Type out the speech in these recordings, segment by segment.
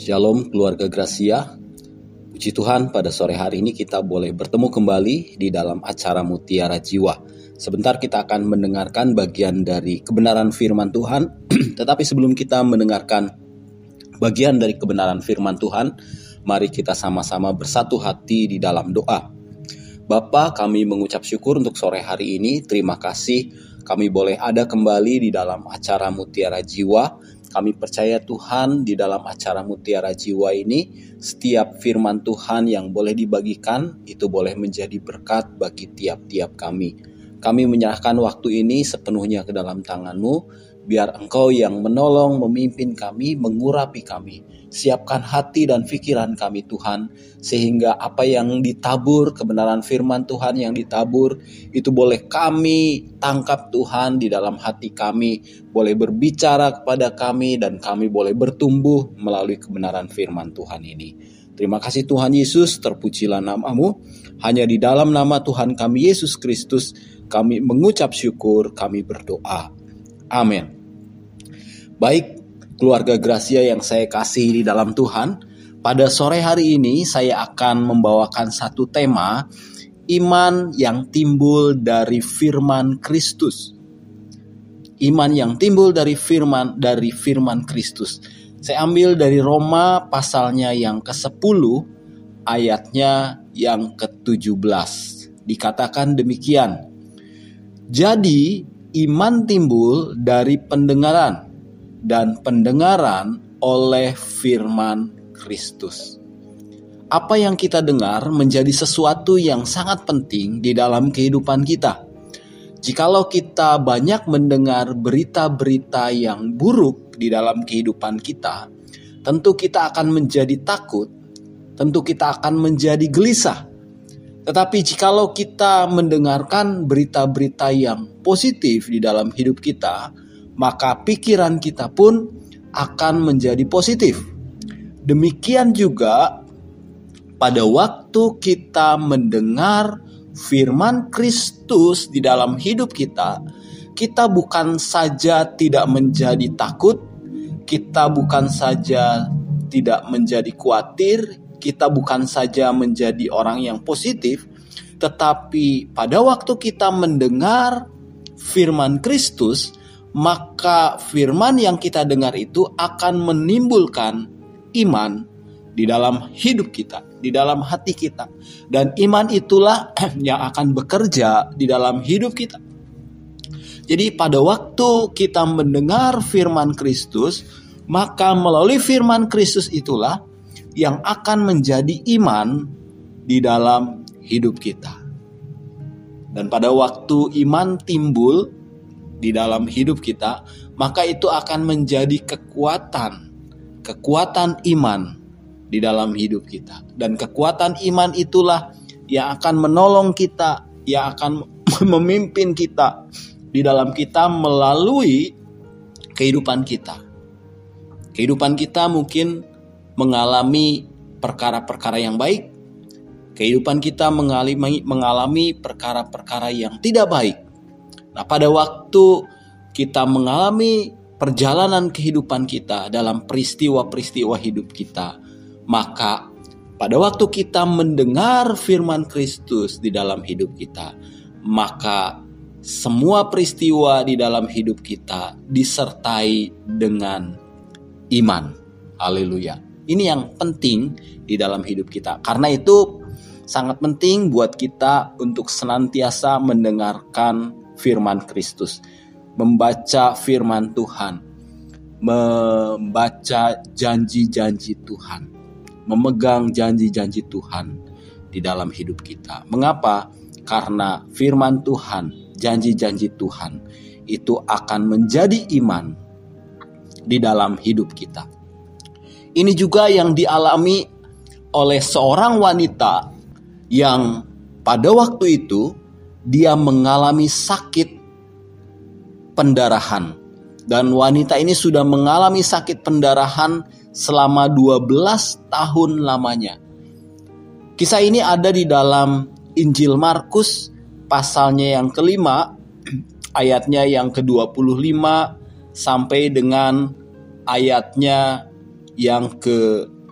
Shalom keluarga Gracia. Puji Tuhan, pada sore hari ini kita boleh bertemu kembali di dalam acara Mutiara Jiwa. Sebentar kita akan mendengarkan bagian dari kebenaran firman Tuhan. Tetapi sebelum kita mendengarkan bagian dari kebenaran firman Tuhan, mari kita sama-sama bersatu hati di dalam doa. Bapa, kami mengucap syukur untuk sore hari ini. Terima kasih kami boleh ada kembali di dalam acara Mutiara Jiwa. Kami percaya Tuhan, di dalam acara Mutiara Jiwa ini, setiap firman Tuhan yang boleh dibagikan, itu boleh menjadi berkat bagi tiap-tiap kami. Kami menyerahkan waktu ini sepenuhnya ke dalam tangan-Mu, biar Engkau yang menolong, memimpin kami, mengurapi kami. Siapkan hati dan pikiran kami Tuhan, sehingga apa yang ditabur, kebenaran firman Tuhan yang ditabur, itu boleh kami tangkap Tuhan di dalam hati kami, boleh berbicara kepada kami, dan kami boleh bertumbuh melalui kebenaran firman Tuhan ini. Terima kasih Tuhan Yesus, terpujilah nama-Mu. Hanya di dalam nama Tuhan kami Yesus Kristus, kami mengucap syukur, kami berdoa. Amin. Baik, keluarga Gracia yang saya kasih di dalam Tuhan, pada sore hari ini saya akan membawakan satu tema, iman yang timbul dari firman Kristus. Iman yang timbul dari firman Kristus. Saya ambil dari Roma pasalnya yang ke-10, ayatnya yang ke-17. Dikatakan demikian. Jadi iman timbul dari pendengaran, dan pendengaran oleh firman Kristus. Apa yang kita dengar menjadi sesuatu yang sangat penting di dalam kehidupan kita. Jikalau kita banyak mendengar berita-berita yang buruk di dalam kehidupan kita, tentu kita akan menjadi takut, tentu kita akan menjadi gelisah. Tetapi jikalau kita mendengarkan berita-berita yang positif di dalam hidup kita, maka pikiran kita pun akan menjadi positif. Demikian juga pada waktu kita mendengar firman Kristus di dalam hidup kita, kita bukan saja tidak menjadi takut, kita bukan saja tidak menjadi khawatir, kita bukan saja menjadi orang yang positif, tetapi pada waktu kita mendengar firman Kristus, maka firman yang kita dengar itu akan menimbulkan iman di dalam hidup kita, di dalam hati kita. Dan iman itulah yang akan bekerja di dalam hidup kita. Jadi pada waktu kita mendengar firman Kristus, maka melalui firman Kristus itulah yang akan menjadi iman di dalam hidup kita. Dan pada waktu iman timbul di dalam hidup kita, maka itu akan menjadi kekuatan iman di dalam hidup kita. Dan kekuatan iman itulah yang akan menolong kita, yang akan memimpin kita di dalam kita melalui kehidupan kita. Kehidupan kita mungkin mengalami perkara-perkara yang baik, kehidupan kita mengalami perkara-perkara yang tidak baik. Nah, pada waktu kita mengalami perjalanan kehidupan kita dalam peristiwa-peristiwa hidup kita, maka pada waktu kita mendengar firman Kristus di dalam hidup kita, maka semua peristiwa di dalam hidup kita disertai dengan iman. Haleluya. Ini yang penting di dalam hidup kita. Karena itu sangat penting buat kita untuk senantiasa mendengarkan firman Kristus, membaca firman Tuhan, membaca janji-janji Tuhan, memegang janji-janji Tuhan di dalam hidup kita. Mengapa? Karena firman Tuhan, janji-janji Tuhan itu akan menjadi iman di dalam hidup kita. Ini juga yang dialami oleh seorang wanita yang pada waktu itu dia mengalami sakit pendarahan. Dan wanita ini sudah mengalami sakit pendarahan selama 12 tahun lamanya. Kisah ini ada di dalam Injil Markus pasalnya yang ke-5, ayatnya yang ke-25 sampai dengan ayatnya yang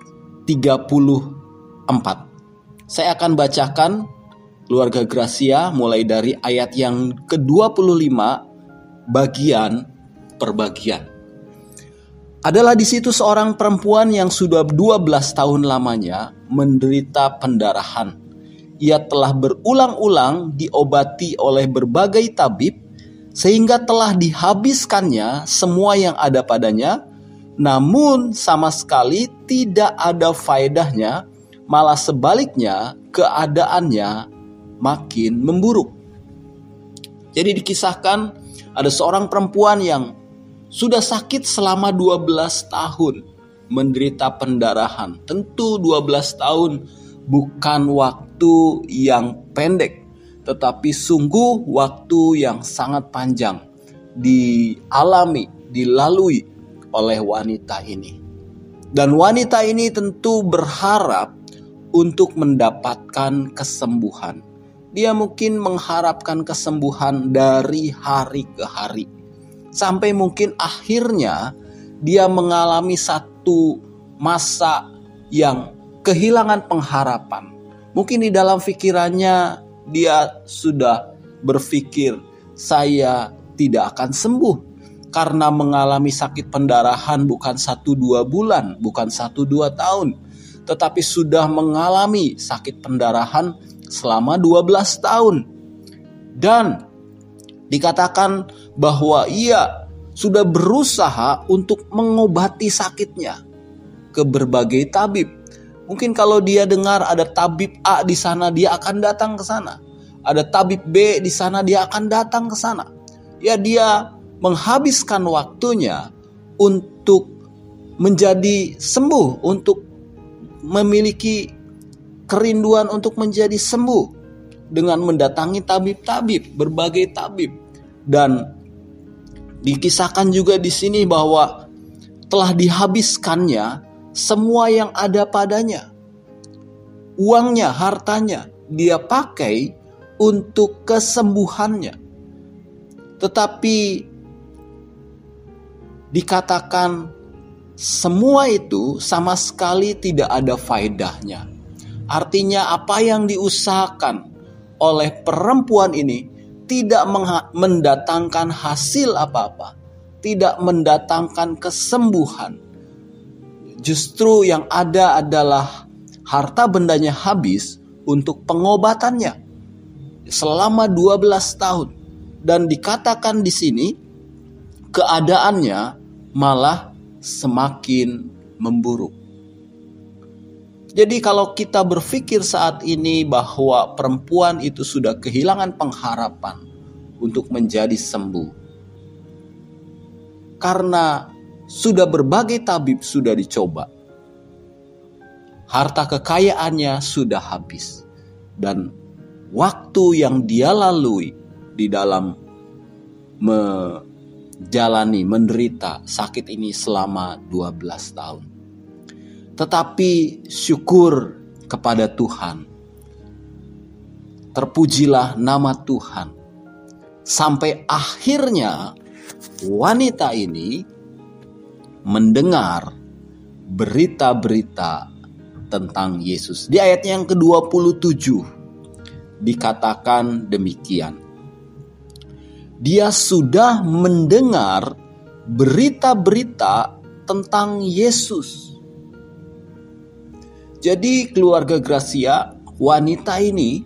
34. Saya akan bacakan keluarga Gracia mulai dari ayat yang ke-25 bagian per bagian. Adalah di situ seorang perempuan yang sudah 12 tahun lamanya menderita pendarahan. Ia telah berulang-ulang diobati oleh berbagai tabib sehingga telah dihabiskannya semua yang ada padanya, namun sama sekali tidak ada faedahnya. Malah sebaliknya keadaannya makin memburuk. Jadi dikisahkan ada seorang perempuan yang sudah sakit selama 12 tahun menderita pendarahan. Tentu 12 tahun bukan waktu yang pendek, tetapi sungguh waktu yang sangat panjang dilalui oleh wanita ini. Dan wanita ini tentu berharap untuk mendapatkan kesembuhan. Dia mungkin mengharapkan kesembuhan dari hari ke hari. Sampai mungkin akhirnya dia mengalami satu masa yang kehilangan pengharapan. Mungkin di dalam pikirannya dia sudah berpikir, saya tidak akan sembuh. Karena mengalami sakit pendarahan bukan 1-2 bulan, bukan 1-2 tahun. Tetapi sudah mengalami sakit pendarahan selama 12 tahun. Dan dikatakan bahwa ia sudah berusaha untuk mengobati sakitnya ke berbagai tabib. Mungkin kalau dia dengar ada tabib A di sana, dia akan datang ke sana. Ada tabib B di sana, dia akan datang ke sana. Ya, dia menghabiskan waktunya untuk menjadi sembuh, untuk memiliki kerinduan untuk menjadi sembuh dengan mendatangi tabib-tabib, berbagai tabib. Dan dikisahkan juga di sini bahwa telah dihabiskannya semua yang ada padanya. Uangnya, hartanya dia pakai untuk kesembuhannya. Tetapi dikatakan semua itu sama sekali tidak ada faedahnya. Artinya apa yang diusahakan oleh perempuan ini tidak mendatangkan hasil apa-apa. Tidak mendatangkan kesembuhan. Justru yang ada adalah harta bendanya habis untuk pengobatannya selama 12 tahun. Dan dikatakan di sini keadaannya malah semakin memburuk. Jadi kalau kita berpikir saat ini bahwa perempuan itu sudah kehilangan pengharapan untuk menjadi sembuh, karena sudah berbagai tabib sudah dicoba, harta kekayaannya sudah habis, dan waktu yang dia lalui di dalam menderita sakit ini selama 12 tahun. Tetapi syukur kepada Tuhan. Terpujilah nama Tuhan. Sampai akhirnya wanita ini mendengar berita-berita tentang Yesus. Di ayat yang ke-27 dikatakan demikian. Dia sudah mendengar berita-berita tentang Yesus. Jadi keluarga Gracia, wanita ini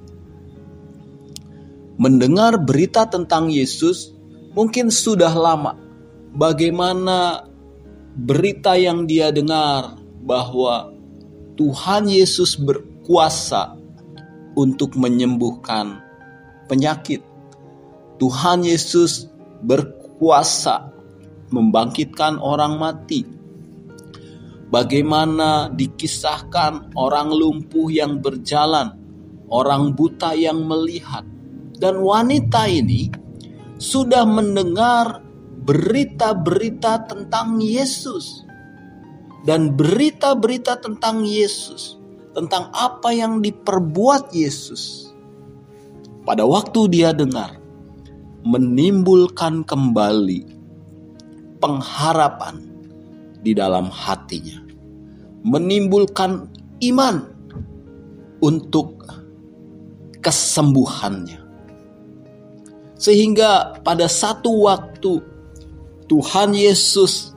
mendengar berita tentang Yesus mungkin sudah lama. Bagaimana berita yang dia dengar bahwa Tuhan Yesus berkuasa untuk menyembuhkan penyakit. Tuhan Yesus berkuasa membangkitkan orang mati. Bagaimana dikisahkan orang lumpuh yang berjalan, orang buta yang melihat. Dan wanita ini sudah mendengar berita-berita tentang Yesus. Dan berita-berita tentang Yesus, tentang apa yang diperbuat Yesus. Pada waktu dia dengar, menimbulkan kembali pengharapan di dalam hatinya. Menimbulkan iman untuk kesembuhannya. Sehingga pada satu waktu Tuhan Yesus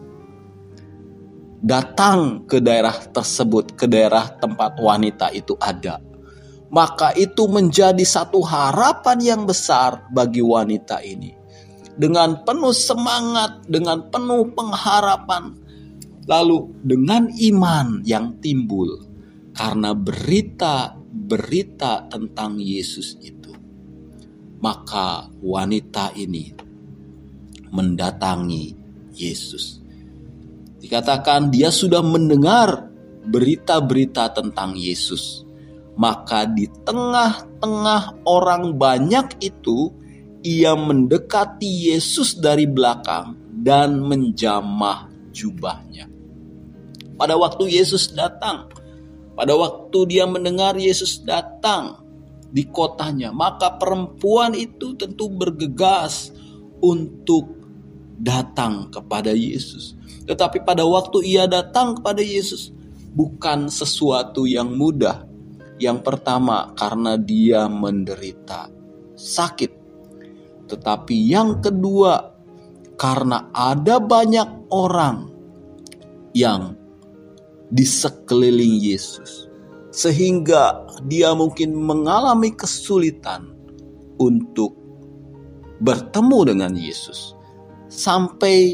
datang ke daerah tersebut, ke daerah tempat wanita itu ada. Maka itu menjadi satu harapan yang besar bagi wanita ini. Dengan penuh semangat, dengan penuh pengharapan, lalu dengan iman yang timbul karena berita tentang Yesus itu. Maka wanita ini mendatangi Yesus. Dikatakan dia sudah mendengar berita-berita tentang Yesus. Maka di tengah-tengah orang banyak itu, ia mendekati Yesus dari belakang dan menjamah jubahnya. Pada waktu Yesus datang, pada waktu dia mendengar Yesus datang di kotanya, maka perempuan itu tentu bergegas untuk datang kepada Yesus. Tetapi pada waktu ia datang kepada Yesus, bukan sesuatu yang mudah. Yang pertama, karena dia menderita sakit. Tetapi yang kedua, karena ada banyak orang yang di sekeliling Yesus. Sehingga dia mungkin mengalami kesulitan untuk bertemu dengan Yesus. Sampai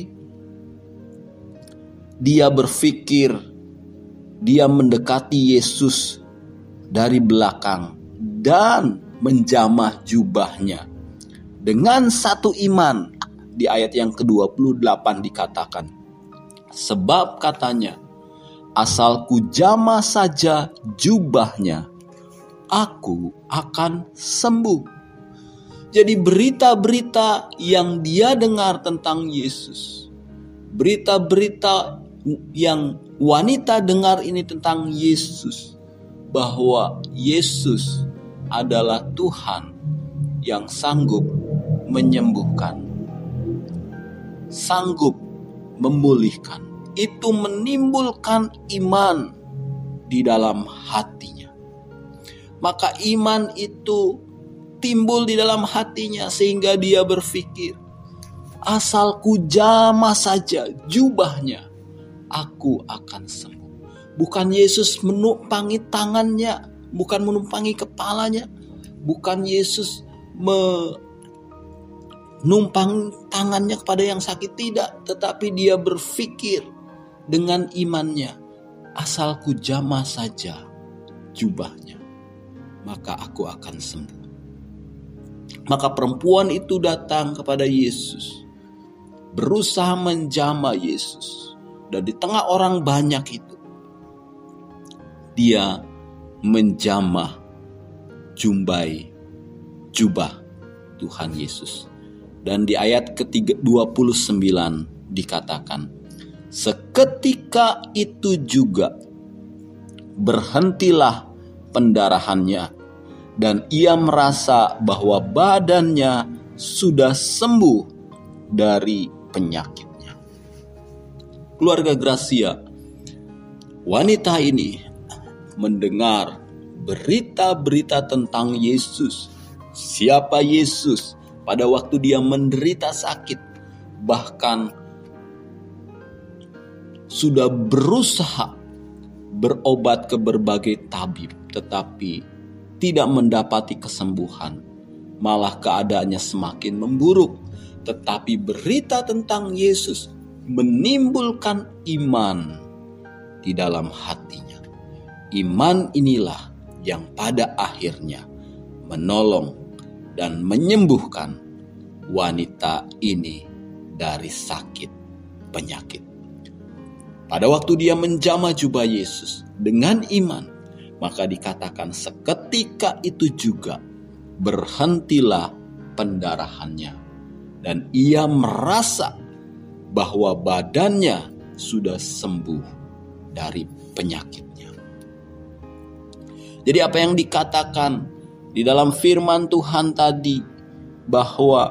dia berpikir, dia mendekati Yesus dari belakang dan menjamah jubahnya. Dengan satu iman, di ayat yang ke-28 dikatakan, sebab katanya, asal ku jamah saja jubahnya, aku akan sembuh. Jadi berita-berita yang dia dengar tentang Yesus, berita-berita yang wanita dengar ini tentang Yesus, bahwa Yesus adalah Tuhan yang sanggup menyembuhkan, sanggup memulihkan. Itu menimbulkan iman di dalam hatinya. Maka iman itu timbul di dalam hatinya sehingga dia berpikir, asal ku jamah saja jubahnya, aku akan sembuh. Bukan Yesus menumpangi tangannya, bukan menumpangi kepalanya, bukan Yesus menumpangi tangannya kepada yang sakit, tidak. Tetapi dia berpikir dengan imannya, asal ku jamah saja jubahnya, maka aku akan sembuh. Maka perempuan itu datang kepada Yesus, berusaha menjamah Yesus. Dan di tengah orang banyak itu, dia menjamah jubah Tuhan Yesus. Dan di ayat ke-29 dikatakan, seketika itu juga berhentilah pendarahannya dan ia merasa bahwa badannya sudah sembuh dari penyakitnya. Keluarga Gracia, wanita ini mendengar berita-berita tentang Yesus. Siapa Yesus pada waktu dia menderita sakit, bahkan sudah berusaha berobat ke berbagai tabib, tetapi tidak mendapati kesembuhan. Malah keadaannya semakin memburuk. Tetapi berita tentang Yesus menimbulkan iman di dalam hatinya. Iman inilah yang pada akhirnya menolong dan menyembuhkan wanita ini dari sakit penyakit. Pada waktu dia menjamah jubah Yesus dengan iman, maka dikatakan seketika itu juga berhentilah pendarahannya. Dan ia merasa bahwa badannya sudah sembuh dari penyakitnya. Jadi apa yang dikatakan di dalam firman Tuhan tadi, bahwa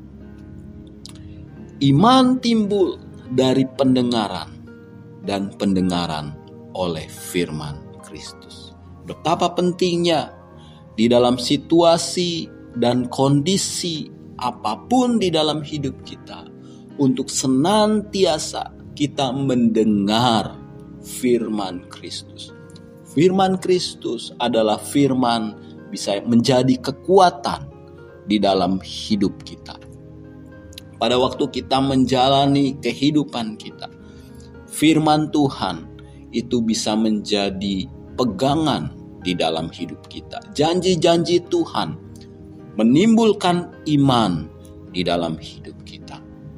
iman timbul dari pendengaran dan pendengaran oleh firman Kristus. Betapa pentingnya di dalam situasi dan kondisi apapun di dalam hidup kita untuk senantiasa kita mendengar firman Kristus. Firman Kristus adalah firman bisa menjadi kekuatan di dalam hidup kita. Pada waktu kita menjalani kehidupan kita, firman Tuhan itu bisa menjadi pegangan di dalam hidup kita. Janji-janji Tuhan menimbulkan iman di dalam hidup kita.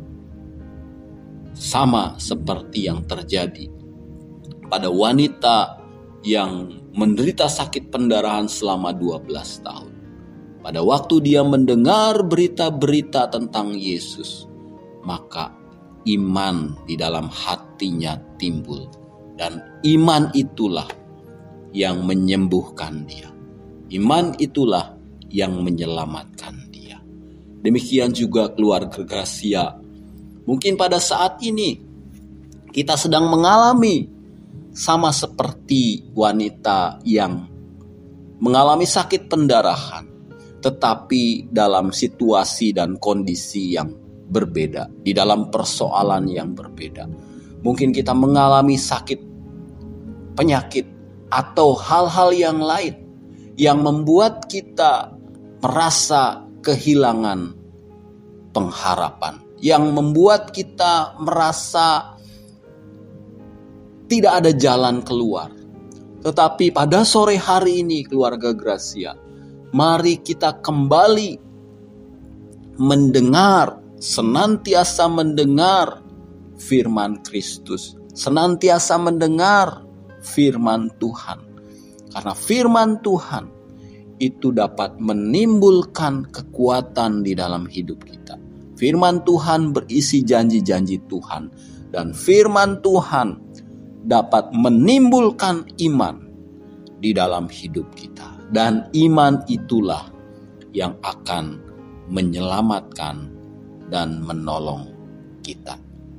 Sama seperti yang terjadi pada wanita yang menderita sakit pendarahan selama 12 tahun. Pada waktu dia mendengar berita-berita tentang Yesus, maka iman di dalam hatinya timbul. Dan iman itulah yang menyembuhkan dia. Iman itulah yang menyelamatkan dia. Demikian juga keluarga Gracia. Mungkin pada saat ini kita sedang mengalami sama seperti wanita yang mengalami sakit pendarahan, tetapi dalam situasi dan kondisi yang berbeda, di dalam persoalan yang berbeda. Mungkin kita mengalami sakit, penyakit, atau hal-hal yang lain yang membuat kita merasa kehilangan pengharapan, yang membuat kita merasa tidak ada jalan keluar. Tetapi pada sore hari ini keluarga Gracia, mari kita kembali mendengar, senantiasa mendengar firman Kristus, senantiasa mendengar firman Tuhan. Karena firman Tuhan itu dapat menimbulkan kekuatan di dalam hidup kita. Firman Tuhan berisi janji-janji Tuhan, dan firman Tuhan dapat menimbulkan iman di dalam hidup kita. Dan iman itulah yang akan menyelamatkan dan menolong kita.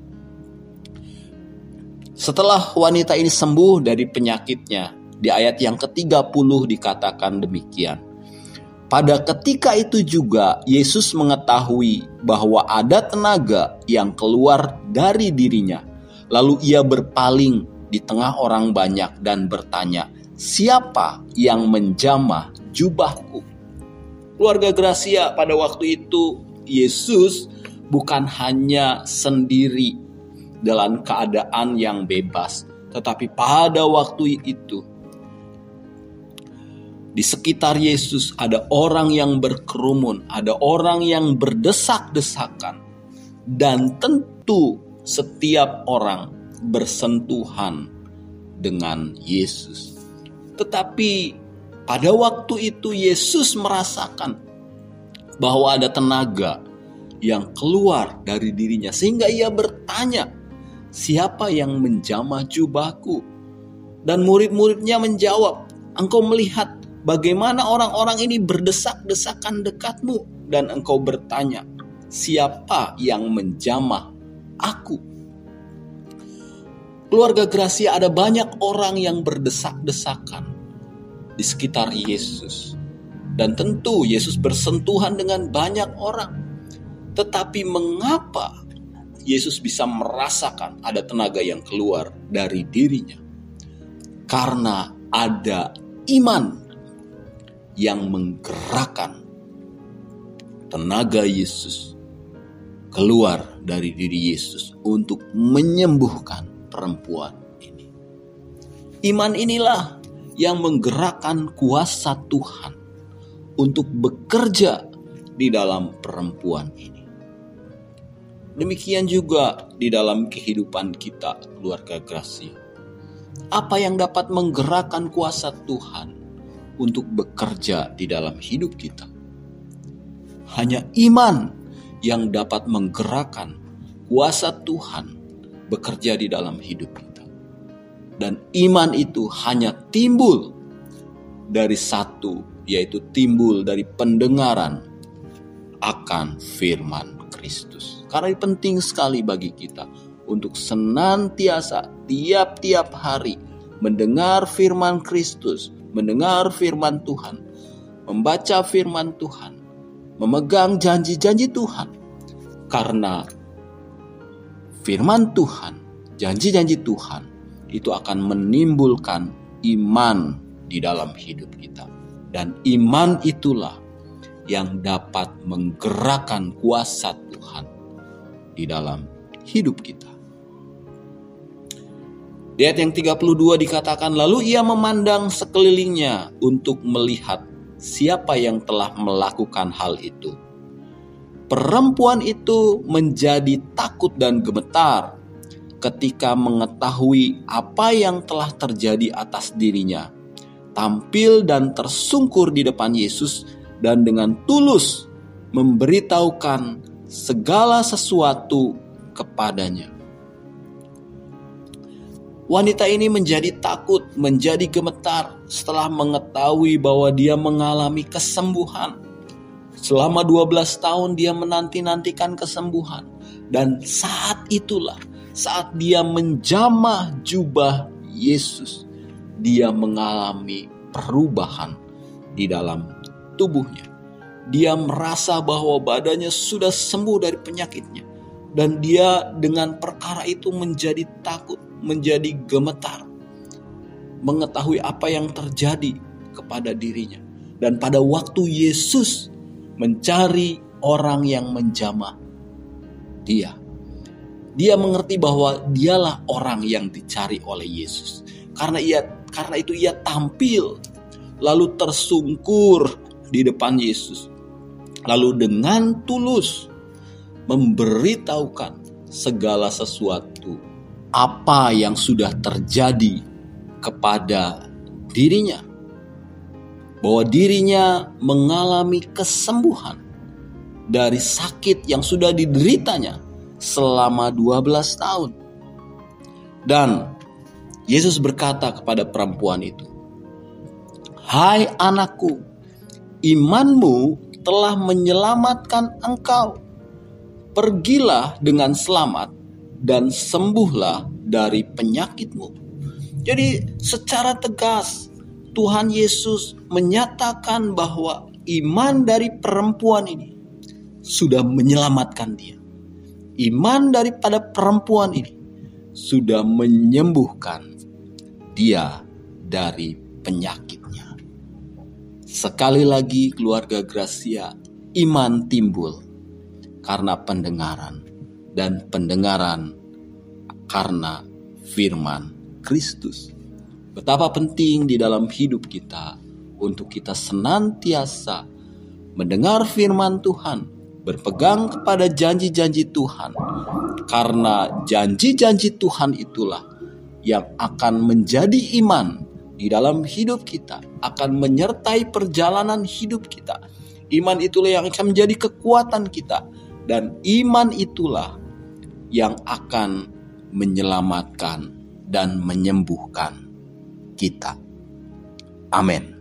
Setelah wanita ini sembuh dari penyakitnya, di ayat yang ke-30 dikatakan demikian. Pada ketika itu juga Yesus mengetahui bahwa ada tenaga yang keluar dari dirinya. Lalu ia berpaling di tengah orang banyak dan bertanya, "Siapa yang menjamah jubahku?" Keluarga Gracia, pada waktu itu Yesus bukan hanya sendiri dalam keadaan yang bebas, tetapi pada waktu itu di sekitar Yesus ada orang yang berkerumun, ada orang yang berdesak-desakan, dan tentu setiap orang bersentuhan dengan Yesus. Tetapi pada waktu itu Yesus merasakan bahwa ada tenaga yang keluar dari dirinya, sehingga ia bertanya, "Siapa yang menjamah jubahku?" Dan murid-muridnya menjawab, "Engkau melihat bagaimana orang-orang ini berdesak-desakan dekatmu, dan engkau bertanya, siapa yang menjamah aku?" Keluarga Gracia, ada banyak orang yang berdesak-desakan di sekitar Yesus. Dan tentu Yesus bersentuhan dengan banyak orang. Tetapi mengapa Yesus bisa merasakan ada tenaga yang keluar dari dirinya? Karena ada iman yang menggerakkan tenaga Yesus keluar dari diri Yesus untuk menyembuhkan perempuan ini. Iman inilah yang menggerakkan kuasa Tuhan untuk bekerja di dalam perempuan ini. Demikian juga di dalam kehidupan kita, keluarga Gracia. Apa yang dapat menggerakkan kuasa Tuhan untuk bekerja di dalam hidup kita? Hanya iman yang dapat menggerakkan kuasa Tuhan bekerja di dalam hidup kita. Dan iman itu hanya timbul dari satu, yaitu timbul dari pendengaran akan firman Kristus. Karena ini penting sekali bagi kita untuk senantiasa tiap-tiap hari mendengar firman Kristus, mendengar firman Tuhan, membaca firman Tuhan, memegang janji-janji Tuhan. Karena firman Tuhan, janji-janji Tuhan itu akan menimbulkan iman di dalam hidup kita. Dan iman itulah yang dapat menggerakkan kuasa Tuhan di dalam hidup kita. Di ayat yang 32 dikatakan, lalu ia memandang sekelilingnya untuk melihat siapa yang telah melakukan hal itu. Perempuan itu menjadi takut dan gemetar ketika mengetahui apa yang telah terjadi atas dirinya. Tampil dan tersungkur di depan Yesus dan dengan tulus memberitahukan segala sesuatu kepadanya. Wanita ini menjadi takut, menjadi gemetar setelah mengetahui bahwa dia mengalami kesembuhan. Selama 12 tahun dia menanti-nantikan kesembuhan. Dan saat itulah, saat dia menjamah jubah Yesus, dia mengalami perubahan di dalam tubuhnya. Dia merasa bahwa badannya sudah sembuh dari penyakitnya. Dan dia dengan perkara itu menjadi takut, menjadi gemetar, mengetahui apa yang terjadi kepada dirinya. Dan pada waktu Yesus mencari orang yang menjamah dia mengerti bahwa dialah orang yang dicari oleh Yesus. Karena itu ia tampil lalu tersungkur di depan Yesus, lalu dengan tulus memberitahukan segala sesuatu apa yang sudah terjadi kepada dirinya. Bahwa dirinya mengalami kesembuhan dari sakit yang sudah dideritanya selama 12 tahun. Dan Yesus berkata kepada perempuan itu, "Hai anakku, imanmu telah menyelamatkan engkau. Pergilah dengan selamat dan sembuhlah dari penyakitmu." Jadi secara tegas Tuhan Yesus menyatakan bahwa iman dari perempuan ini sudah menyelamatkan dia. Iman daripada perempuan ini sudah menyembuhkan dia dari penyakitnya. Sekali lagi keluarga Gracia, iman timbul karena pendengaran, dan pendengaran karena firman Kristus. Betapa penting di dalam hidup kita untuk kita senantiasa mendengar firman Tuhan, berpegang kepada janji-janji Tuhan. Karena janji-janji Tuhan itulah yang akan menjadi iman di dalam hidup kita, akan menyertai perjalanan hidup kita. Iman itulah yang akan menjadi kekuatan kita, dan iman itulah yang akan menyelamatkan dan menyembuhkan kita. Amin.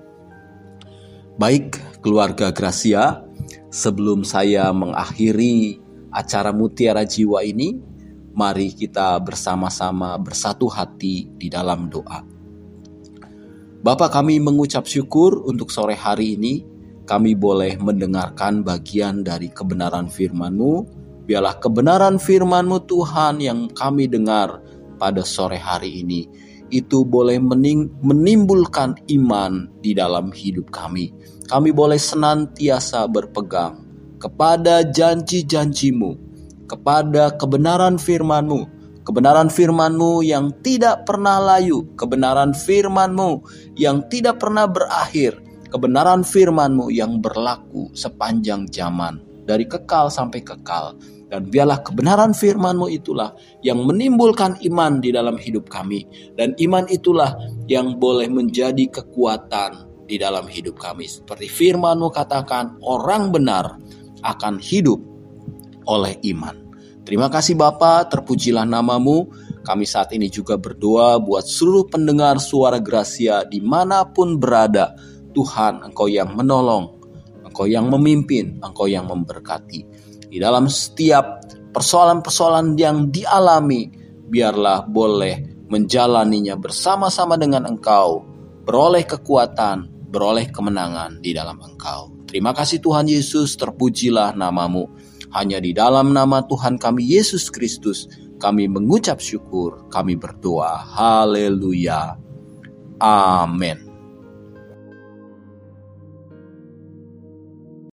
Baik keluarga Gracia, sebelum saya mengakhiri acara Mutiara Jiwa ini, mari kita bersama-sama bersatu hati di dalam doa. Bapa, kami mengucap syukur untuk sore hari ini kami boleh mendengarkan bagian dari kebenaran firman-Mu. Biarlah kebenaran firman-Mu Tuhan yang kami dengar pada sore hari ini itu boleh menimbulkan iman di dalam hidup kami. Kami boleh senantiasa berpegang kepada janji-janji-Mu, kepada kebenaran firman-Mu, kebenaran firman-Mu yang tidak pernah layu, kebenaran firman-Mu yang tidak pernah berakhir, kebenaran firman-Mu yang berlaku sepanjang zaman, dari kekal sampai kekal. Dan biarlah kebenaran firman-Mu itulah yang menimbulkan iman di dalam hidup kami. Dan iman itulah yang boleh menjadi kekuatan di dalam hidup kami. Seperti firman-Mu katakan, orang benar akan hidup oleh iman. Terima kasih Bapa, terpujilah nama-Mu. Kami saat ini juga berdoa buat seluruh pendengar suara Gracia dimanapun berada. Tuhan, Engkau yang menolong, Engkau yang memimpin, Engkau yang memberkati. Di dalam setiap persoalan-persoalan yang dialami, biarlah boleh menjalaninya bersama-sama dengan Engkau, beroleh kekuatan, beroleh kemenangan di dalam Engkau. Terima kasih Tuhan Yesus, terpujilah nama-Mu. Hanya di dalam nama Tuhan kami Yesus Kristus, kami mengucap syukur, kami berdoa. Haleluya. Amin.